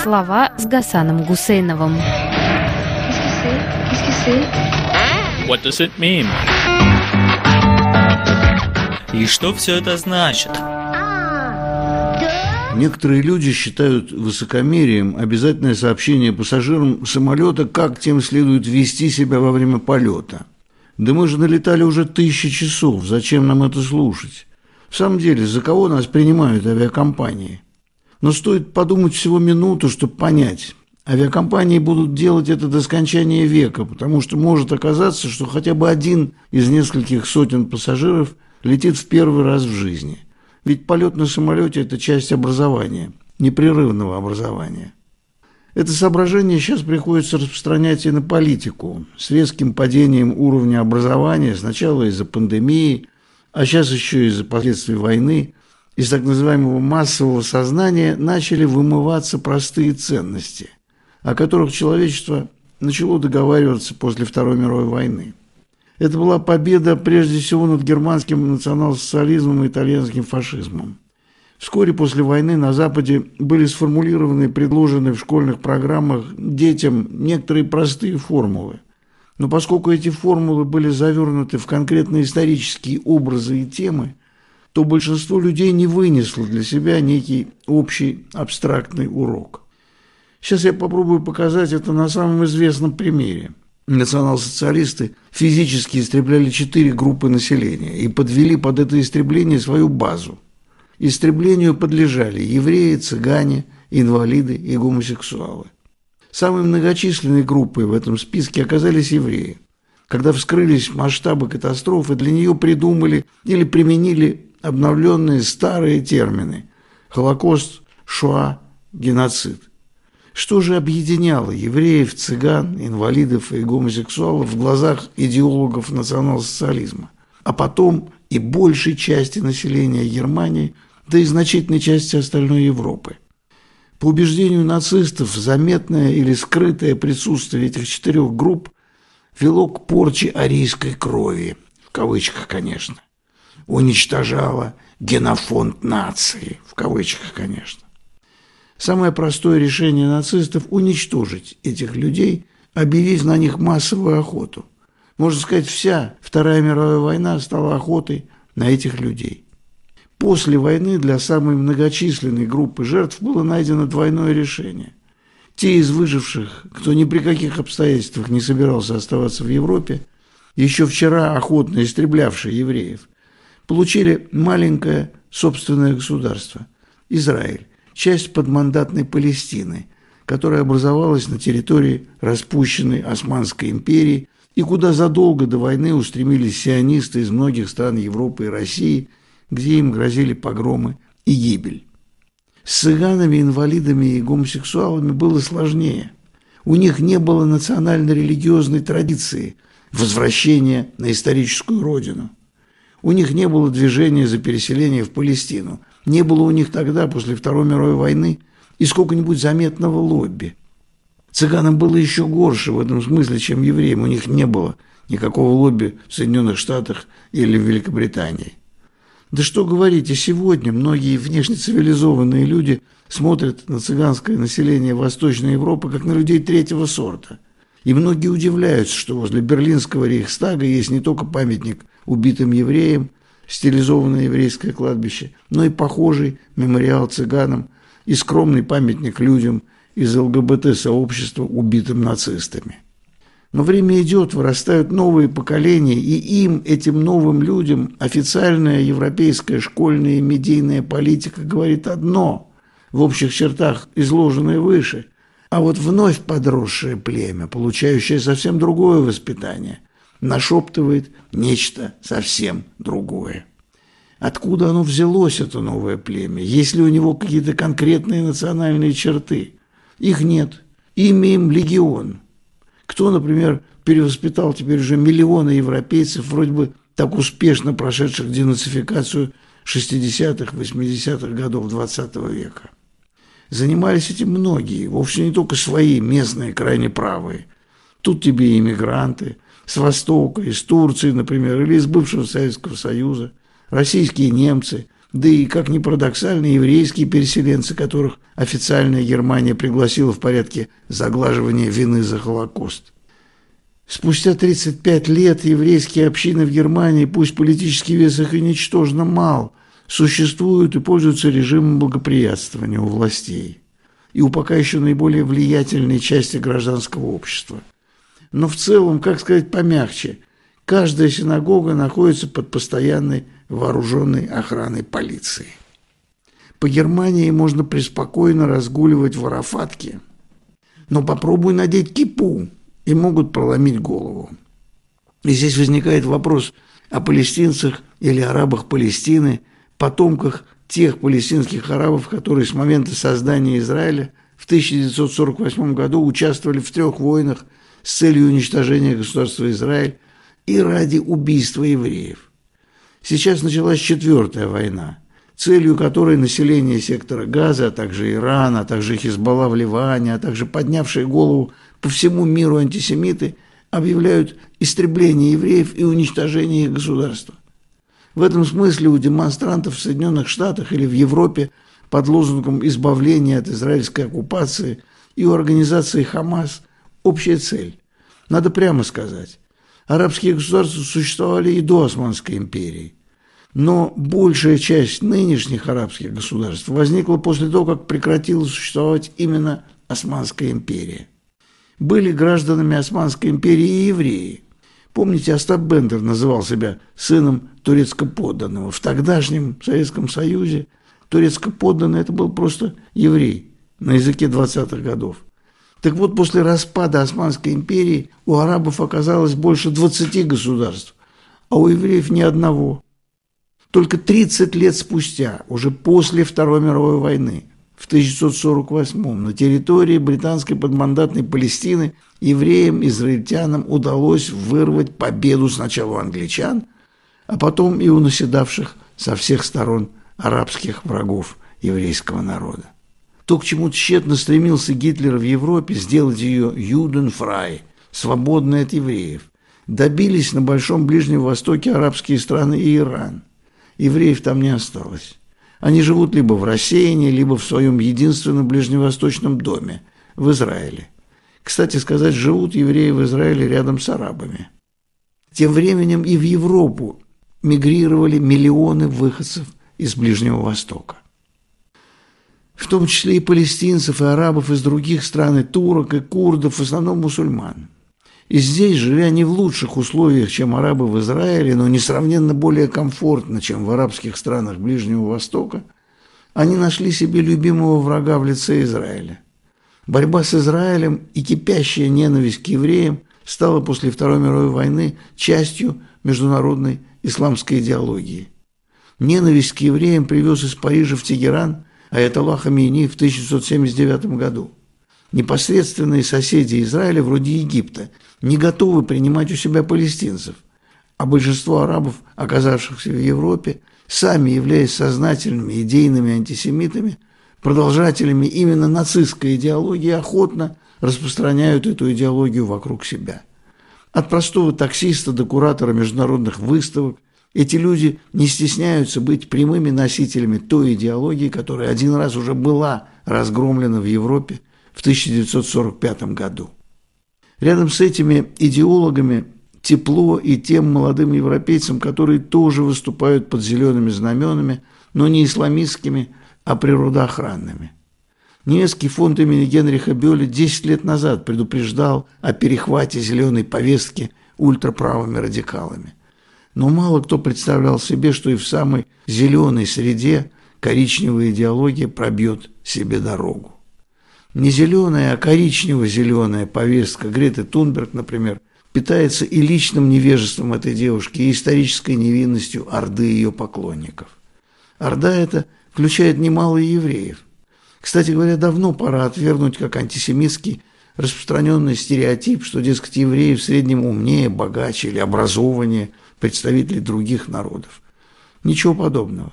Слова с Гасаном Гусейновым. What does it mean? И что все это значит? Некоторые люди считают высокомерием обязательное сообщение пассажирам самолета, как тем следует вести себя во время полета. Да мы же налетали уже 1000 часов, зачем нам это слушать? В самом деле, за кого нас принимают авиакомпании? Но стоит подумать всего минуту, чтобы понять. Авиакомпании будут делать это до скончания века, потому что может оказаться, что хотя бы один из нескольких сотен пассажиров летит в первый раз в жизни. Ведь полет на самолете – это часть образования, непрерывного образования. Это соображение сейчас приходится распространять и на политику. С резким падением уровня образования, сначала из-за пандемии, а сейчас еще из-за последствий войны, из так называемого массового сознания начали вымываться простые ценности, о которых человечество начало договариваться после Второй мировой войны. Это была победа прежде всего над германским национал-социализмом и итальянским фашизмом. Вскоре после войны на Западе были сформулированы и предложены в школьных программах детям некоторые простые формулы. Но поскольку эти формулы были завернуты в конкретные исторические образы и темы, то большинство людей не вынесло для себя некий общий абстрактный урок. Сейчас я попробую показать это на самом известном примере. Национал-социалисты физически истребляли 4 группы населения и подвели под это истребление свою базу. Истреблению подлежали евреи, цыгане, инвалиды и гомосексуалы. Самой многочисленной группой в этом списке оказались евреи. Когда вскрылись масштабы катастрофы, для нее придумали или применили обновленные старые термины – Холокост, Шоа, геноцид. Что же объединяло евреев, цыган, инвалидов и гомосексуалов в глазах идеологов национал-социализма, а потом и большей части населения Германии, да и значительной части остальной Европы? По убеждению нацистов, заметное или скрытое присутствие этих 4 групп вело к порче арийской крови, в кавычках, конечно, уничтожало генофонд нации, в кавычках, конечно. Самое простое решение нацистов – уничтожить этих людей, объявив на них массовую охоту. Можно сказать, вся Вторая мировая война стала охотой на этих людей. После войны для самой многочисленной группы жертв было найдено двойное решение. Те из выживших, кто ни при каких обстоятельствах не собирался оставаться в Европе, еще вчера охотно истреблявшие евреев, получили маленькое собственное государство – Израиль, часть подмандатной Палестины, которая образовалась на территории распущенной Османской империи и куда задолго до войны устремились сионисты из многих стран Европы и России, где им грозили погромы и гибель. С цыганами, инвалидами и гомосексуалами было сложнее. У них не было национально-религиозной традиции возвращения на историческую родину. У них не было движения за переселение в Палестину. Не было у них тогда, после Второй мировой войны, и сколько-нибудь заметного лобби. Цыганам было еще горше в этом смысле, чем евреям. У них не было никакого лобби в Соединенных Штатах или в Великобритании. Да что говорить, и сегодня многие внешне цивилизованные люди смотрят на цыганское население Восточной Европы как на людей третьего сорта. И многие удивляются, что возле Берлинского Рейхстага есть не только памятник убитым евреям, стилизованное еврейское кладбище, но и похожий мемориал цыганам и скромный памятник людям из ЛГБТ-сообщества, убитым нацистами. Но время идет, вырастают новые поколения, и им, этим новым людям, официальная европейская школьная и медийная политика говорит одно, в общих чертах изложенное выше, а вот вновь подросшее племя, получающее совсем другое воспитание, нашептывает нечто совсем другое. Откуда оно взялось, это новое племя? Есть ли у него какие-то конкретные национальные черты? Их нет. Имя им легион. Кто, например, перевоспитал теперь уже миллионы европейцев, вроде бы так успешно прошедших денацификацию 60-х, 80-х годов 20 века? Занимались этим многие, вовсе не только свои, местные, крайне правые. Тут тебе и иммигранты с Востока, из Турции, например, или из бывшего Советского Союза, российские немцы, да и, как ни парадоксально, еврейские переселенцы, которых официальная Германия пригласила в порядке заглаживания вины за Холокост. Спустя 35 лет еврейские общины в Германии, пусть политический вес их и ничтожно мал, существуют и пользуются режимом благоприятствования у властей и у пока еще наиболее влиятельной части гражданского общества. Но в целом, как сказать помягче, каждая синагога находится под постоянной вооруженной охраной полиции. По Германии можно преспокойно разгуливать в арафатке, но попробуй надеть кипу, и могут проломить голову. И здесь возникает вопрос о палестинцах или арабах Палестины, потомках тех палестинских арабов, которые с момента создания Израиля в 1948 году участвовали в 3 войнах с целью уничтожения государства Израиль и ради убийства евреев. Сейчас началась 4-я война, целью которой население сектора Газа, а также Ирана, а также Хизбалла в Ливане, а также поднявшие голову по всему миру антисемиты объявляют истребление евреев и уничтожение их государства. В этом смысле у демонстрантов в Соединенных Штатах или в Европе под лозунгом избавления от израильской оккупации и у организации Хамас общая цель. Надо прямо сказать, арабские государства существовали и до Османской империи, но большая часть нынешних арабских государств возникла после того, как прекратила существовать именно Османская империя. Были гражданами Османской империи и евреи. Помните, Остап Бендер называл себя сыном турецко-подданного. В тогдашнем Советском Союзе турецко-подданный – это был просто еврей на языке 20-х годов. Так вот, после распада Османской империи у арабов оказалось больше 20 государств, а у евреев ни одного. Только 30 лет спустя, уже после Второй мировой войны, в 1948-м на территории британской подмандатной Палестины евреям-израильтянам удалось вырвать победу сначала у англичан, а потом и у наседавших со всех сторон арабских врагов еврейского народа. То, к чему тщетно стремился Гитлер в Европе, сделать ее «юденфрай», свободной от евреев, добились на Большом Ближнем Востоке арабские страны и Иран. Евреев там не осталось. Они живут либо в рассеянии, либо в своем единственном ближневосточном доме, в Израиле. Кстати сказать, живут евреи в Израиле рядом с арабами. Тем временем и в Европу мигрировали миллионы выходцев из Ближнего Востока. В том числе и палестинцев, и арабов из других стран, и турок, и курдов, в основном мусульман. И здесь, живя не в лучших условиях, чем арабы в Израиле, но несравненно более комфортно, чем в арабских странах Ближнего Востока, они нашли себе любимого врага в лице Израиля. Борьба с Израилем и кипящая ненависть к евреям стала после Второй мировой войны частью международной исламской идеологии. Ненависть к евреям привез из Парижа в Тегеран аятолла Хамейни в 1979 году. Непосредственные соседи Израиля, вроде Египта, не готовы принимать у себя палестинцев, а большинство арабов, оказавшихся в Европе, сами являясь сознательными идейными антисемитами, продолжателями именно нацистской идеологии, охотно распространяют эту идеологию вокруг себя. От простого таксиста до куратора международных выставок эти люди не стесняются быть прямыми носителями той идеологии, которая один раз уже была разгромлена в Европе в 1945 году. Рядом с этими идеологами тепло и тем молодым европейцам, которые тоже выступают под зелеными знаменами, но не исламистскими, а природоохранными. Немецкий фонд имени Генриха Бёля 10 лет назад предупреждал о перехвате зеленой повестки ультраправыми радикалами. Но мало кто представлял себе, что и в самой зеленой среде коричневая идеология пробьет себе дорогу. Не зеленая, а коричнево-зеленая повестка Греты Тунберг, например, питается и личным невежеством этой девушки, и исторической невинностью орды ее поклонников. Орда эта включает немало евреев. Кстати говоря, давно пора отвергнуть как антисемитский распространенный стереотип, что, дескать, евреи в среднем умнее, богаче или образованнее представителей других народов. Ничего подобного.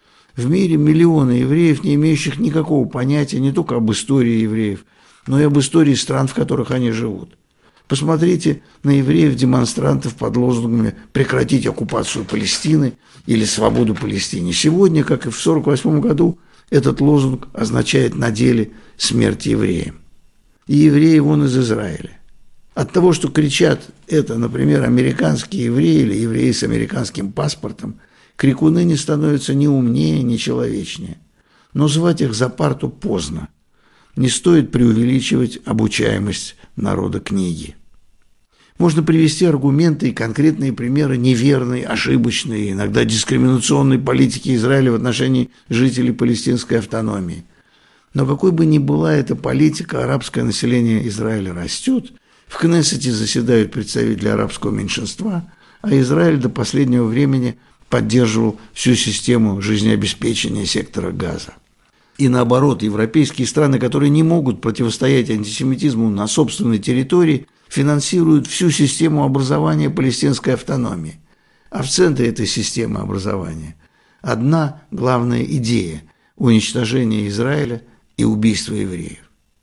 В мире миллионы евреев, не имеющих никакого понятия не только об истории евреев, но и об истории стран, в которых они живут. Посмотрите на евреев-демонстрантов под лозунгами «прекратить оккупацию Палестины» или «свободу Палестине». Сегодня, как и в 1948 году, этот лозунг означает на деле смерть евреям. И евреи вон из Израиля. От того, что кричат это, например, американские евреи или евреи с американским паспортом, крикуны не становятся ни умнее, ни человечнее. Но звать их за парту поздно. Не стоит преувеличивать обучаемость народа книги. Можно привести аргументы и конкретные примеры неверной, ошибочной, иногда дискриминационной политики Израиля в отношении жителей палестинской автономии. Но какой бы ни была эта политика, арабское население Израиля растет, в Кнессете заседают представители арабского меньшинства, а Израиль до последнего времени поддерживал всю систему жизнеобеспечения сектора Газа. И наоборот, европейские страны, которые не могут противостоять антисемитизму на собственной территории, финансируют всю систему образования палестинской автономии. А в центре этой системы образования одна главная идея – уничтожение Израиля и убийство евреев.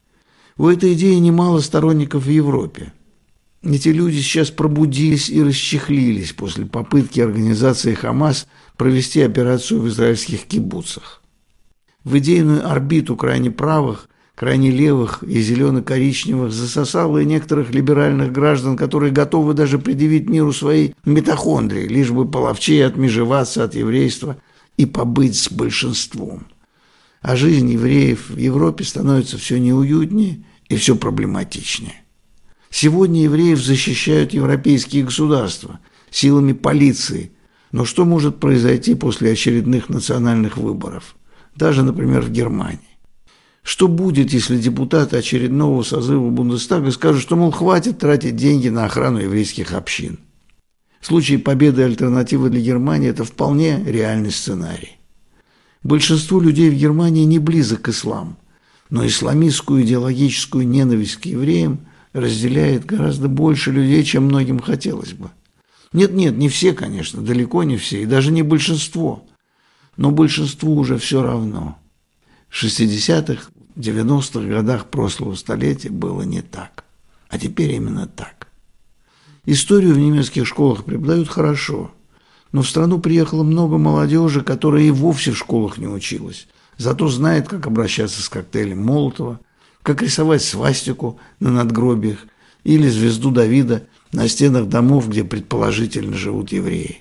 У этой идеи немало сторонников в Европе. Эти люди сейчас пробудились и расчехлились после попытки организации «Хамас» провести операцию в израильских кибуцах. В идейную орбиту крайне правых, крайне левых и зелено-коричневых засосало и некоторых либеральных граждан, которые готовы даже предъявить миру свои митохондрии, лишь бы половчее отмежеваться от еврейства и побыть с большинством. А жизнь евреев в Европе становится все неуютнее и все проблематичнее. Сегодня евреев защищают европейские государства силами полиции, но что может произойти после очередных национальных выборов? Даже, например, в Германии. Что будет, если депутаты очередного созыва Бундестага скажут, что, мол, хватит тратить деньги на охрану еврейских общин? В случае победы альтернативы для Германии это вполне реальный сценарий. Большинству людей в Германии не близок ислам, но исламистскую идеологическую ненависть к евреям разделяет гораздо больше людей, чем многим хотелось бы. Нет, не все, конечно, далеко не все, и даже не большинство. Но большинству уже все равно. В 60-х, 90-х годах прошлого столетия было не так. А теперь именно так. Историю в немецких школах преподают хорошо, но в страну приехало много молодежи, которая и вовсе в школах не училась, зато знает, как обращаться с коктейлем Молотова, как рисовать свастику на надгробиях или звезду Давида на стенах домов, где предположительно живут евреи.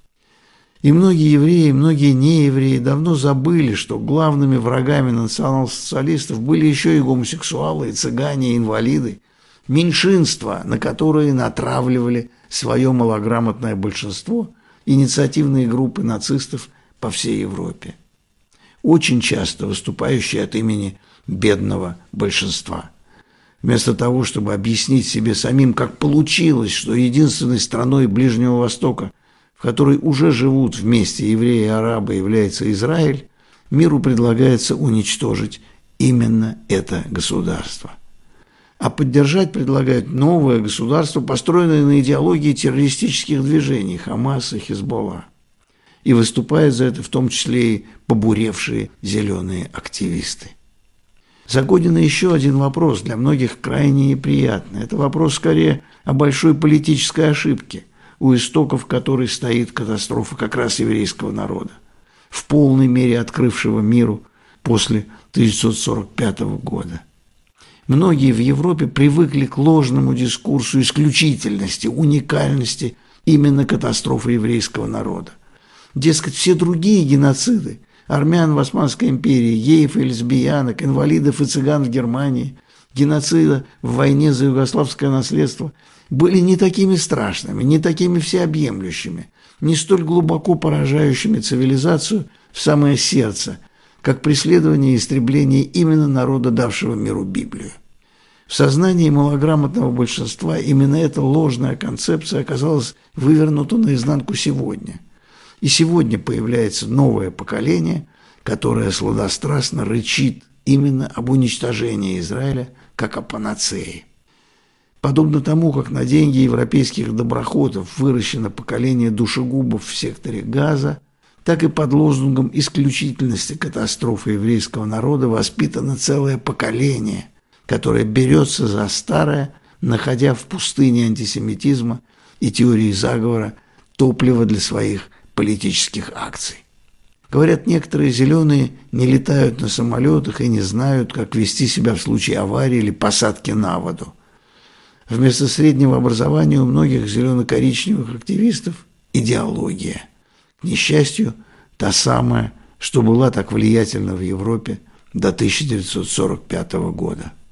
И многие евреи, многие неевреи давно забыли, что главными врагами национал-социалистов были еще и гомосексуалы, и цыгане, и инвалиды, меньшинства, на которые натравливали свое малограмотное большинство инициативные группы нацистов по всей Европе, очень часто выступающие от имени бедного большинства. Вместо того, чтобы объяснить себе самим, как получилось, что единственной страной Ближнего Востока, в которой уже живут вместе евреи и арабы, является Израиль, миру предлагается уничтожить именно это государство. А поддержать предлагают новое государство, построенное на идеологии террористических движений Хамас и Хизболла. И выступают за это в том числе и побуревшие зеленые активисты. Загоден еще один вопрос, для многих крайне неприятный. Это вопрос скорее о большой политической ошибке, у истоков которой стоит катастрофа как раз еврейского народа, в полной мере открывшего миру после 1945 года. Многие в Европе привыкли к ложному дискурсу исключительности, уникальности именно катастрофы еврейского народа. Дескать, все другие геноциды – армян в Османской империи, геев и лесбиянок, инвалидов и цыган в Германии, геноцида в войне за югославское наследство – были не такими страшными, не такими всеобъемлющими, не столь глубоко поражающими цивилизацию в самое сердце, как преследование и истребление именно народа, давшего миру Библию. В сознании малограмотного большинства именно эта ложная концепция оказалась вывернута наизнанку сегодня. И сегодня появляется новое поколение, которое сладострастно рычит именно об уничтожении Израиля как о панацее. Подобно тому, как на деньги европейских доброходов выращено поколение душегубов в секторе Газа, так и под лозунгом исключительности катастрофы еврейского народа воспитано целое поколение, которое берется за старое, находя в пустыне антисемитизма и теории заговора топливо для своих политических акций. Говорят, некоторые зеленые не летают на самолетах и не знают, как вести себя в случае аварии или посадки на воду. Вместо среднего образования у многих зелено-коричневых активистов идеология. К несчастью, та самая, что была так влиятельна в Европе до 1945 года.